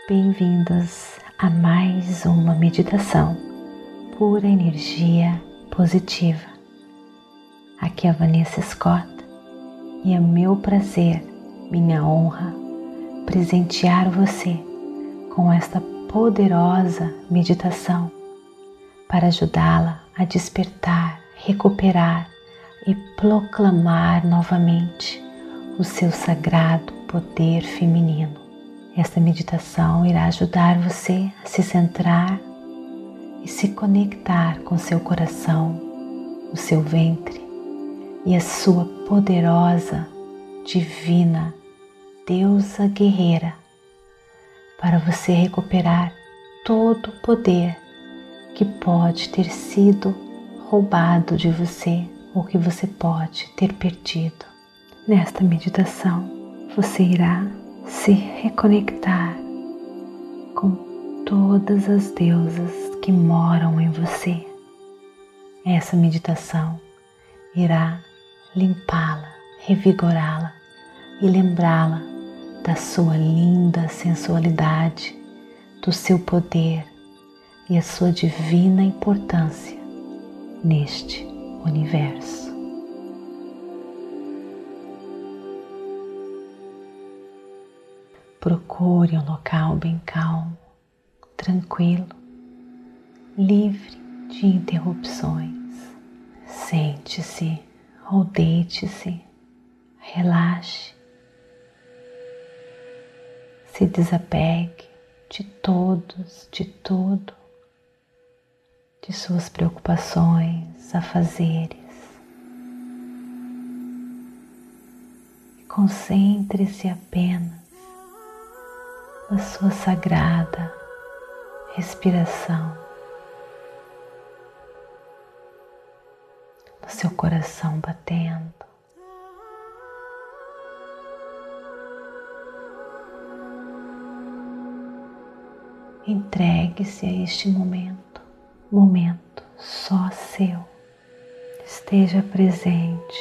Bem-vindos a mais uma meditação pura energia positiva. Aqui é a Vanessa Scott e é meu prazer, minha honra, presentear você com esta poderosa meditação para ajudá-la a despertar, recuperar e proclamar novamente o seu sagrado poder feminino. Esta meditação irá ajudar você a se centrar e se conectar com seu coração, o seu ventre e a sua poderosa, divina deusa guerreira, para você recuperar todo o poder que pode ter sido roubado de você ou que você pode ter perdido. Nesta meditação, você irá se reconectar com todas as deusas que moram em você. Essa meditação irá limpá-la, revigorá-la e lembrá-la da sua linda sensualidade, do seu poder e a sua divina importância neste universo. Procure um local bem calmo, tranquilo, livre de interrupções. Sente-se ou deite-se, relaxe, se desapegue de todos, de tudo, de suas preocupações, afazeres. Concentre-se apenas na sua sagrada respiração, no seu coração batendo. Entregue-se a este momento só seu. Esteja presente.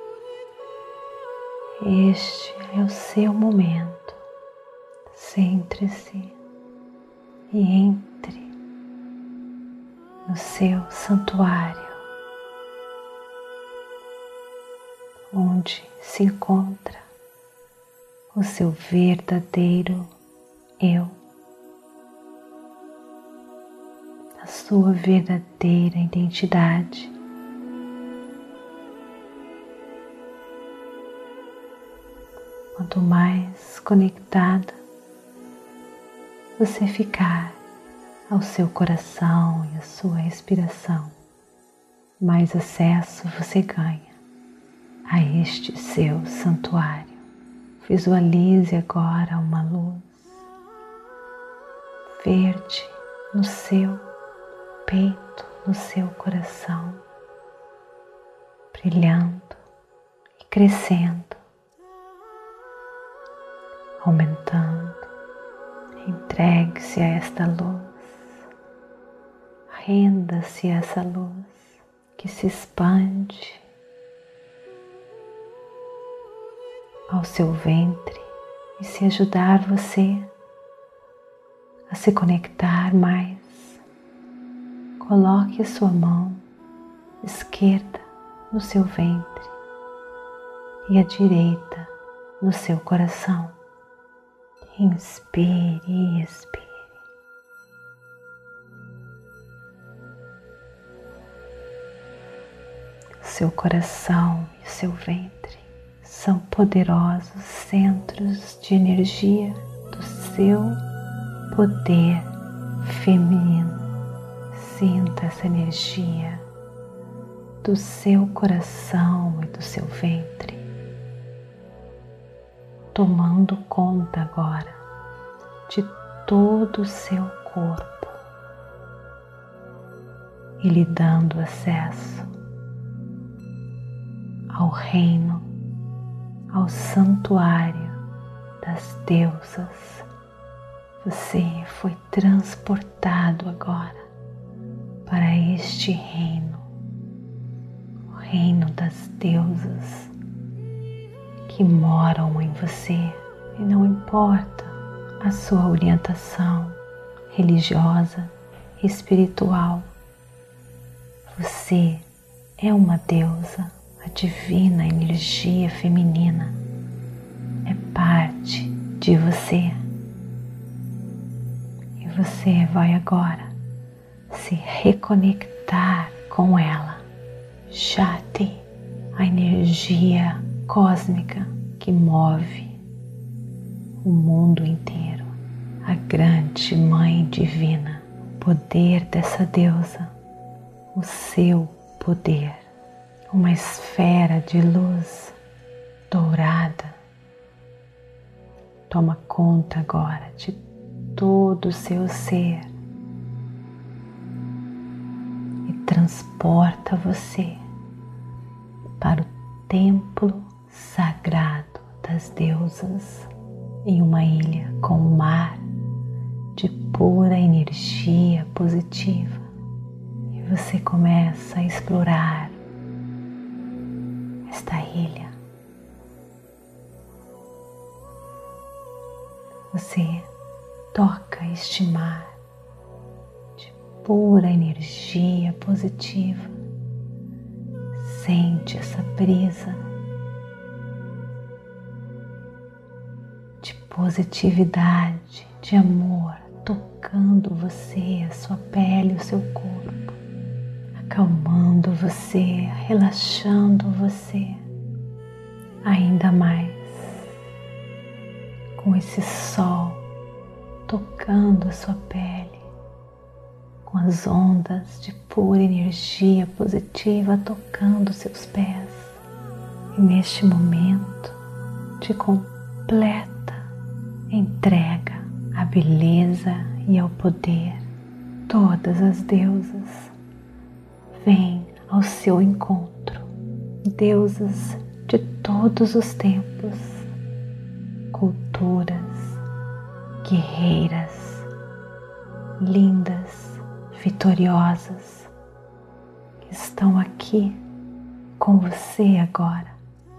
Este é o seu momento. Centre-se e entre no seu santuário, onde se encontra o seu verdadeiro eu, a sua verdadeira identidade. Quanto mais conectada você ficar ao seu coração e à sua respiração, mais acesso você ganha a este seu santuário. Visualize agora uma luz verde no seu peito, no seu coração, brilhando e crescendo, aumentando. Entregue-se a esta luz, renda-se a essa luz que se expande ao seu ventre e se ajudar você a se conectar mais. Coloque a sua mão esquerda no seu ventre e a direita no seu coração. Inspire e expire. Seu coração e seu ventre são poderosos centros de energia do seu poder feminino. Sinta essa energia do seu coração e do seu ventre tomando conta agora de todo o seu corpo e lhe dando acesso ao reino, ao santuário das deusas. Você foi transportado agora para este reino, o reino das deusas que moram em você, e não importa a sua orientação religiosa, espiritual. Você é uma deusa, a divina energia feminina é parte de você. E você vai agora se reconectar com ela. Shakti, a energia cósmica que move o mundo inteiro, a grande Mãe Divina, o poder dessa deusa, o seu poder, uma esfera de luz dourada. Toma conta agora de todo o seu ser e transporta você para o templo sagrado das deusas em uma ilha com um mar de pura energia positiva. E você começa a explorar esta ilha. Você toca este mar de pura energia positiva. Sente essa brisa de positividade, de amor, tocando você, a sua pele, o seu corpo, acalmando você, relaxando você ainda mais. Com esse sol tocando a sua pele, com as ondas de pura energia positiva tocando seus pés. E neste momento de completa entrega à beleza e ao poder, todas as deusas vêm ao seu encontro, deusas de todos os tempos, culturas, guerreiras, lindas, vitoriosas, que estão aqui com você agora.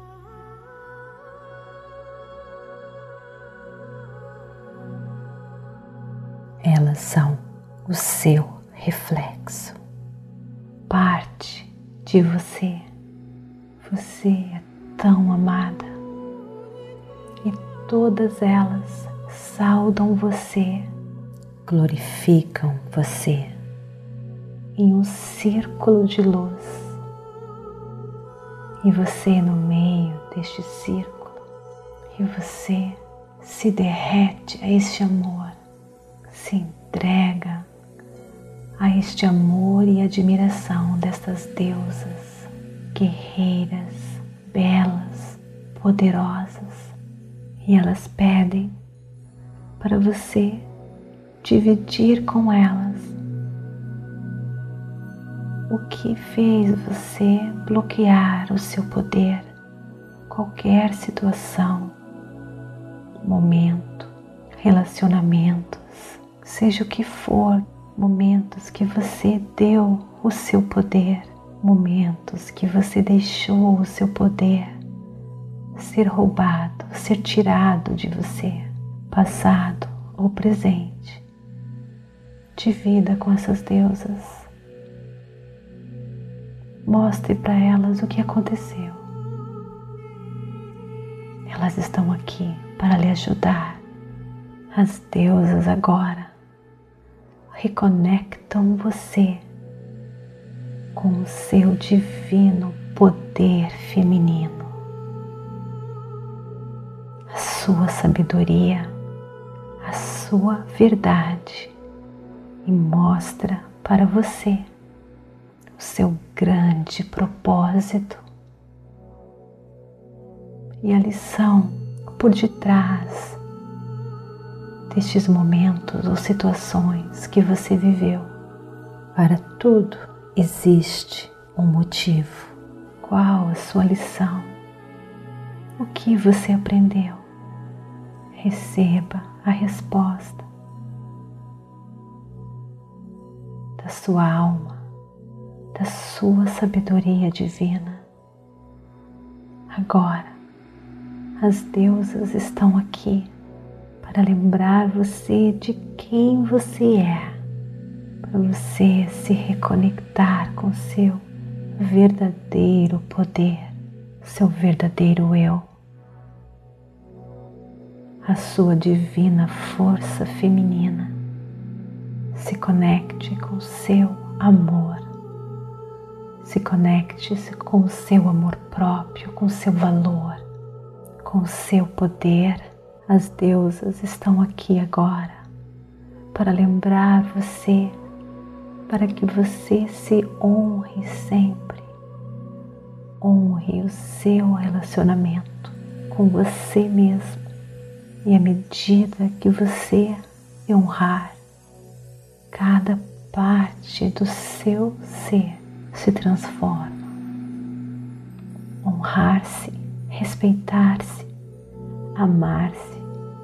Elas são o seu reflexo, parte de você. Você é tão amada e todas elas saudam você, glorificam você em um círculo de luz. E você no meio deste círculo, e você se derrete a este amor, se entrega a este amor e admiração destas deusas, guerreiras, belas, poderosas, e elas pedem para você dividir com elas o que fez você bloquear o seu poder, qualquer situação, momento, relacionamentos, seja o que for, momentos que você deu o seu poder, momentos que você deixou o seu poder ser roubado, ser tirado de você, passado ou presente. Divida com essas deusas. Mostre para elas o que aconteceu. Elas estão aqui para lhe ajudar. As deusas agora reconectam você com o seu divino poder feminino, a sua sabedoria, a sua verdade, e mostra para você o seu grande propósito e a lição por detrás destes momentos ou situações que você viveu. Para tudo existe um motivo. Qual a sua lição? O que você aprendeu? Receba a resposta da sua alma, da sua sabedoria divina. Agora, as deusas estão aqui para lembrar você de quem você é, para você se reconectar com seu verdadeiro poder, seu verdadeiro eu, a sua divina força feminina. Se conecte com o seu amor, se conecte com o seu amor próprio, com o seu valor, com o seu poder. As deusas estão aqui agora para lembrar você, para que você se honre sempre. Honre o seu relacionamento com você mesmo. E à medida que você honrar, cada parte do seu ser se transforma. Honrar-se, respeitar-se, amar-se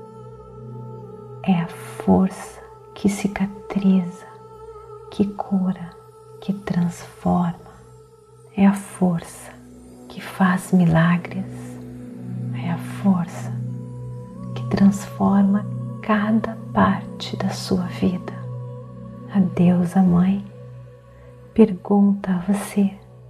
é a força que cicatriza, que cura, que transforma. É a força que faz milagres. É a força que transforma cada parte da sua vida. A deusa mãe pergunta a você: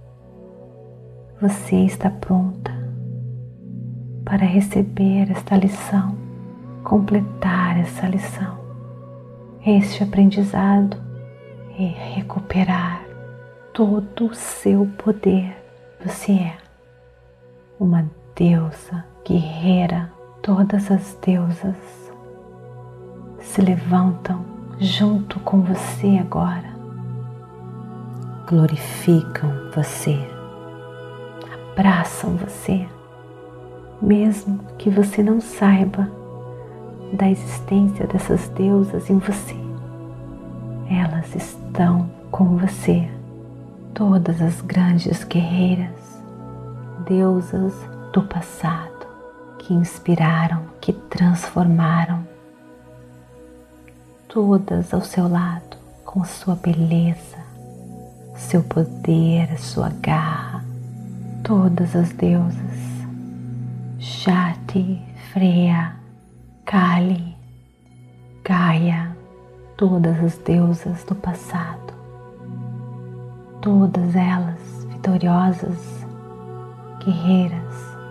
você está pronta para receber esta lição, completar essa lição, este aprendizado e recuperar todo o seu poder? Você é uma deusa guerreira. Todas as deusas se levantam junto com você agora, glorificam você, abraçam você, mesmo que você não saiba da existência dessas deusas em você. Elas estão com você, todas as grandes guerreiras, deusas do passado, que inspiraram, que transformaram, todas ao seu lado, com sua beleza, seu poder, a sua garra. Todas as deusas, Shakti, Freya, Kali, Gaia, todas as deusas do passado, todas elas vitoriosas, guerreiras,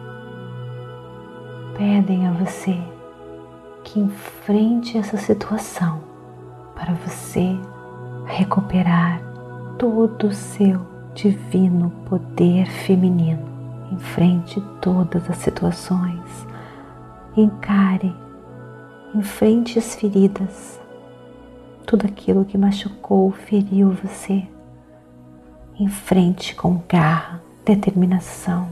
pedem a você que enfrente essa situação para você recuperar todo o seu divino poder feminino. Enfrente todas as situações, encare, enfrente as feridas, tudo aquilo que machucou, feriu você. Enfrente com garra, determinação,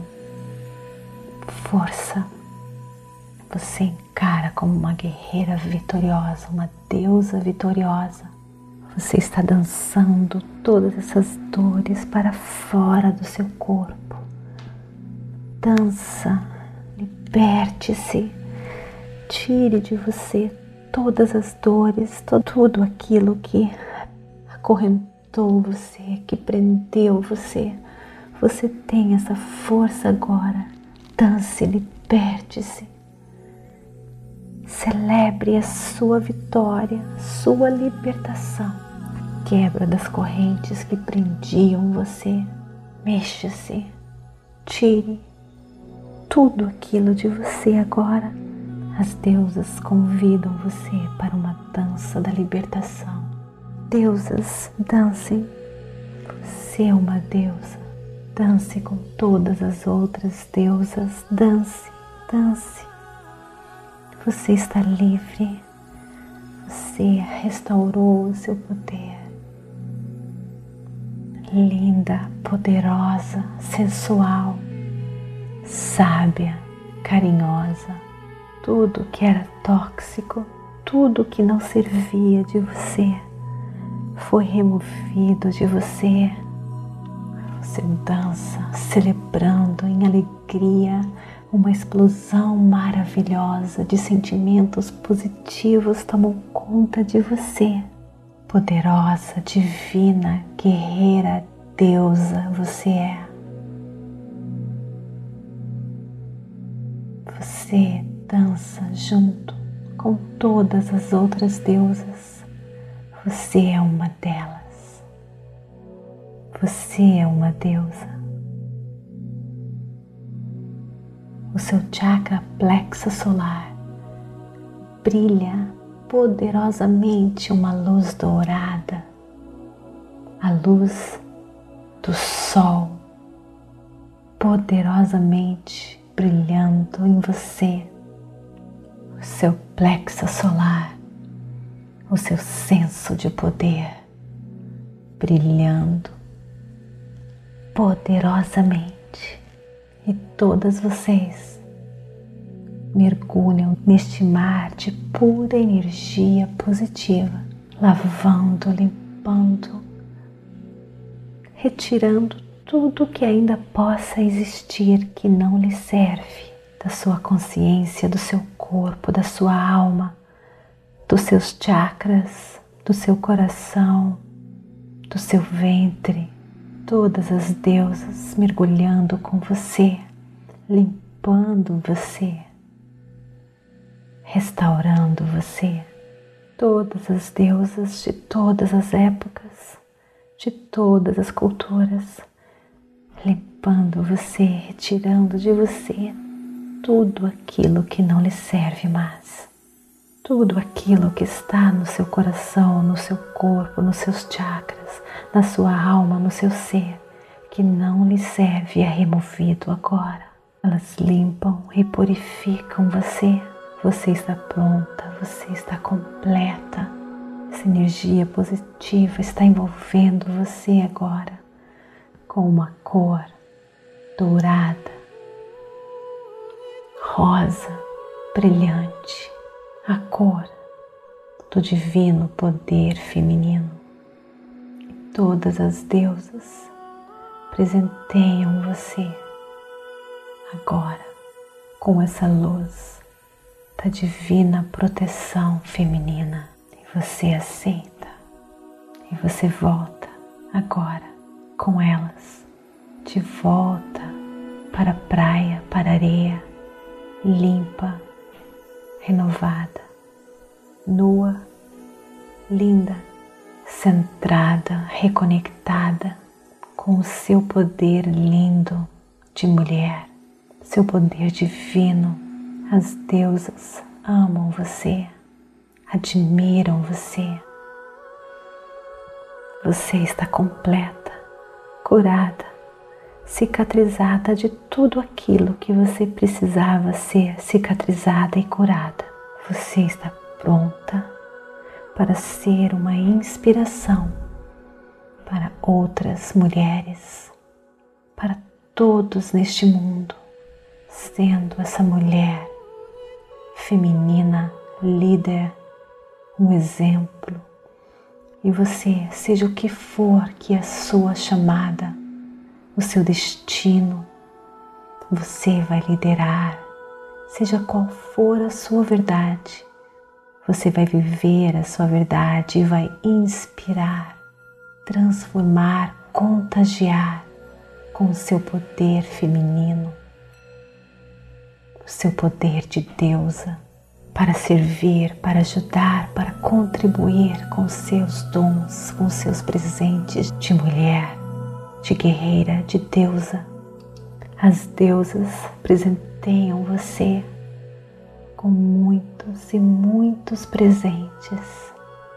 força. Você encara como uma guerreira vitoriosa, uma deusa vitoriosa. Você está dançando todas essas dores para fora do seu corpo. Dança, liberte-se, tire de você todas as dores, tudo aquilo que acorrentou você, que prendeu você. Você tem essa força agora. Dance, liberte-se. Celebre a sua vitória, sua libertação. Quebra das correntes que prendiam você. Mexa-se, tire tudo aquilo de você agora. As deusas convidam você para uma dança da libertação. Deusas, dancem. Você é uma deusa. Dance com todas as outras deusas. Dance, dance. Você está livre. Você restaurou o seu poder. Linda, poderosa, sensual, sábia, carinhosa. Tudo que era tóxico, tudo que não servia de você, foi removido de você. Você dança, celebrando em alegria, uma explosão maravilhosa de sentimentos positivos tomou conta de você. Poderosa, divina, guerreira, deusa você é. Você dança junto com todas as outras deusas. Você é uma delas. Você é uma deusa. O seu chakra plexo solar brilha poderosamente uma luz dourada, a luz do sol, poderosamente brilhando em você. O seu plexo solar, o seu senso de poder brilhando poderosamente, e todas vocês mergulham neste mar de pura energia positiva, lavando, limpando, retirando tudo que ainda possa existir que não lhe serve, da sua consciência, do seu corpo, da sua alma, dos seus chakras, do seu coração, do seu ventre. Todas as deusas mergulhando com você, limpando você, restaurando você. Todas as deusas de todas as épocas, de todas as culturas, limpando você, retirando de você tudo aquilo que não lhe serve mais. Tudo aquilo que está no seu coração, no seu corpo, nos seus chakras, na sua alma, no seu ser, que não lhe serve, é removido agora. Elas limpam e purificam você. Você está pronta, você está completa. Essa energia positiva está envolvendo você agora com uma cor dourada, rosa, brilhante, a cor do divino poder feminino. E todas as deusas presenteiam você agora com essa luz da divina proteção feminina. E você aceita e você volta agora com elas de volta para a praia, para a areia, limpa, renovada, nua, linda, centrada, reconectada com o seu poder lindo de mulher, seu poder divino. As deusas amam você, admiram você. Você está completa, curada, cicatrizada de tudo aquilo que você precisava ser cicatrizada e curada. Você está pronta para ser uma inspiração para outras mulheres, para todos neste mundo, sendo essa mulher feminina, líder, um exemplo. E você, seja o que for que é a sua chamada, o seu destino, você vai liderar. Seja qual for a sua verdade, você vai viver a sua verdade e vai inspirar, transformar, contagiar com o seu poder feminino, o seu poder de deusa, para servir, para ajudar, para contribuir com seus dons, com seus presentes de mulher, de guerreira, de deusa. As deusas presenteiam você com muitos e muitos presentes.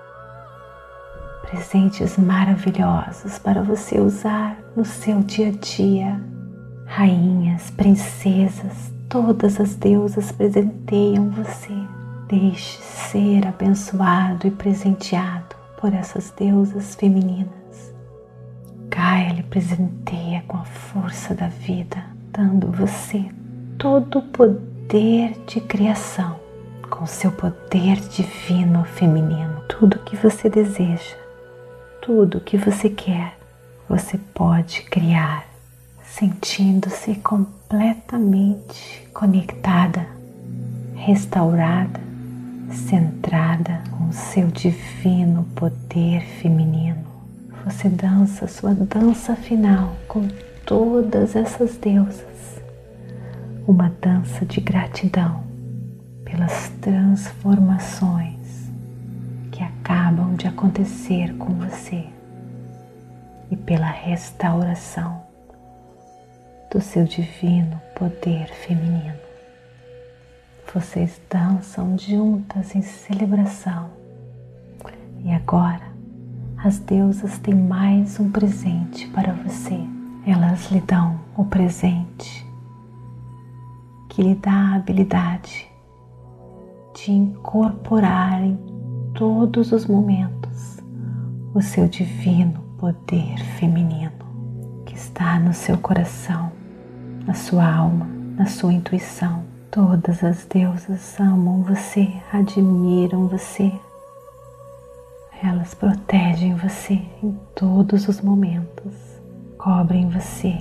Presentes maravilhosos para você usar no seu dia a dia. Rainhas, princesas, todas as deusas presenteiam você. Deixe ser abençoado e presenteado por essas deusas femininas. Gaia lhe presenteia com a força da vida, dando você todo o poder de criação, com seu poder divino feminino. Tudo que você deseja, tudo que você quer, você pode criar, sentindo-se completamente conectada, restaurada, centrada com seu divino poder feminino. Você dança sua dança final com todas essas deusas, uma dança de gratidão pelas transformações que acabam de acontecer com você e pela restauração do seu divino poder feminino. Vocês dançam juntas em celebração e agora as deusas têm mais um presente para você. Elas lhe dão o presente que lhe dá a habilidade de incorporar em todos os momentos o seu divino poder feminino que está no seu coração, na sua alma, na sua intuição. Todas as deusas amam você, admiram você. Elas protegem você em todos os momentos, cobrem você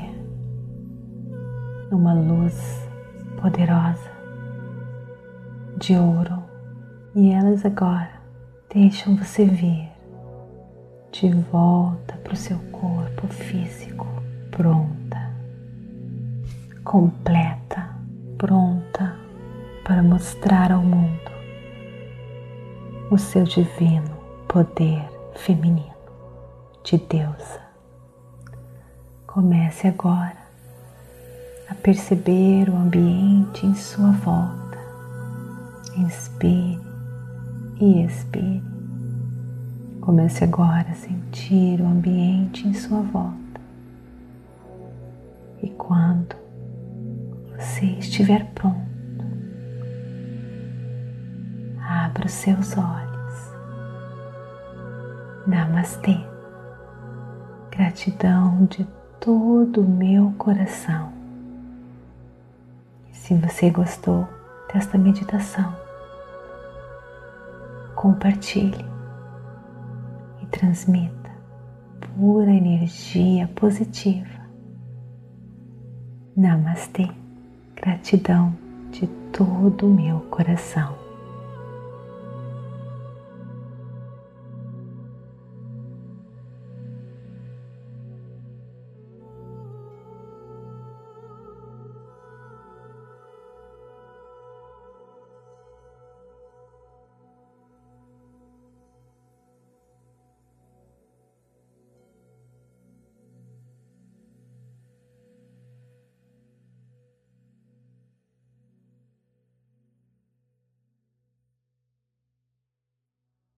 numa luz poderosa de ouro, e elas agora deixam você vir de volta para o seu corpo físico, pronta, completa, pronta para mostrar ao mundo o seu divino poder feminino de deusa. Comece agora a perceber o ambiente em sua volta. Inspire e expire. Comece agora a sentir o ambiente em sua volta. E quando você estiver pronto, abra os seus olhos. Namastê. Gratidão de todo o meu coração. Se você gostou desta meditação, compartilhe e transmita pura energia positiva. Namastê. Gratidão de todo o meu coração.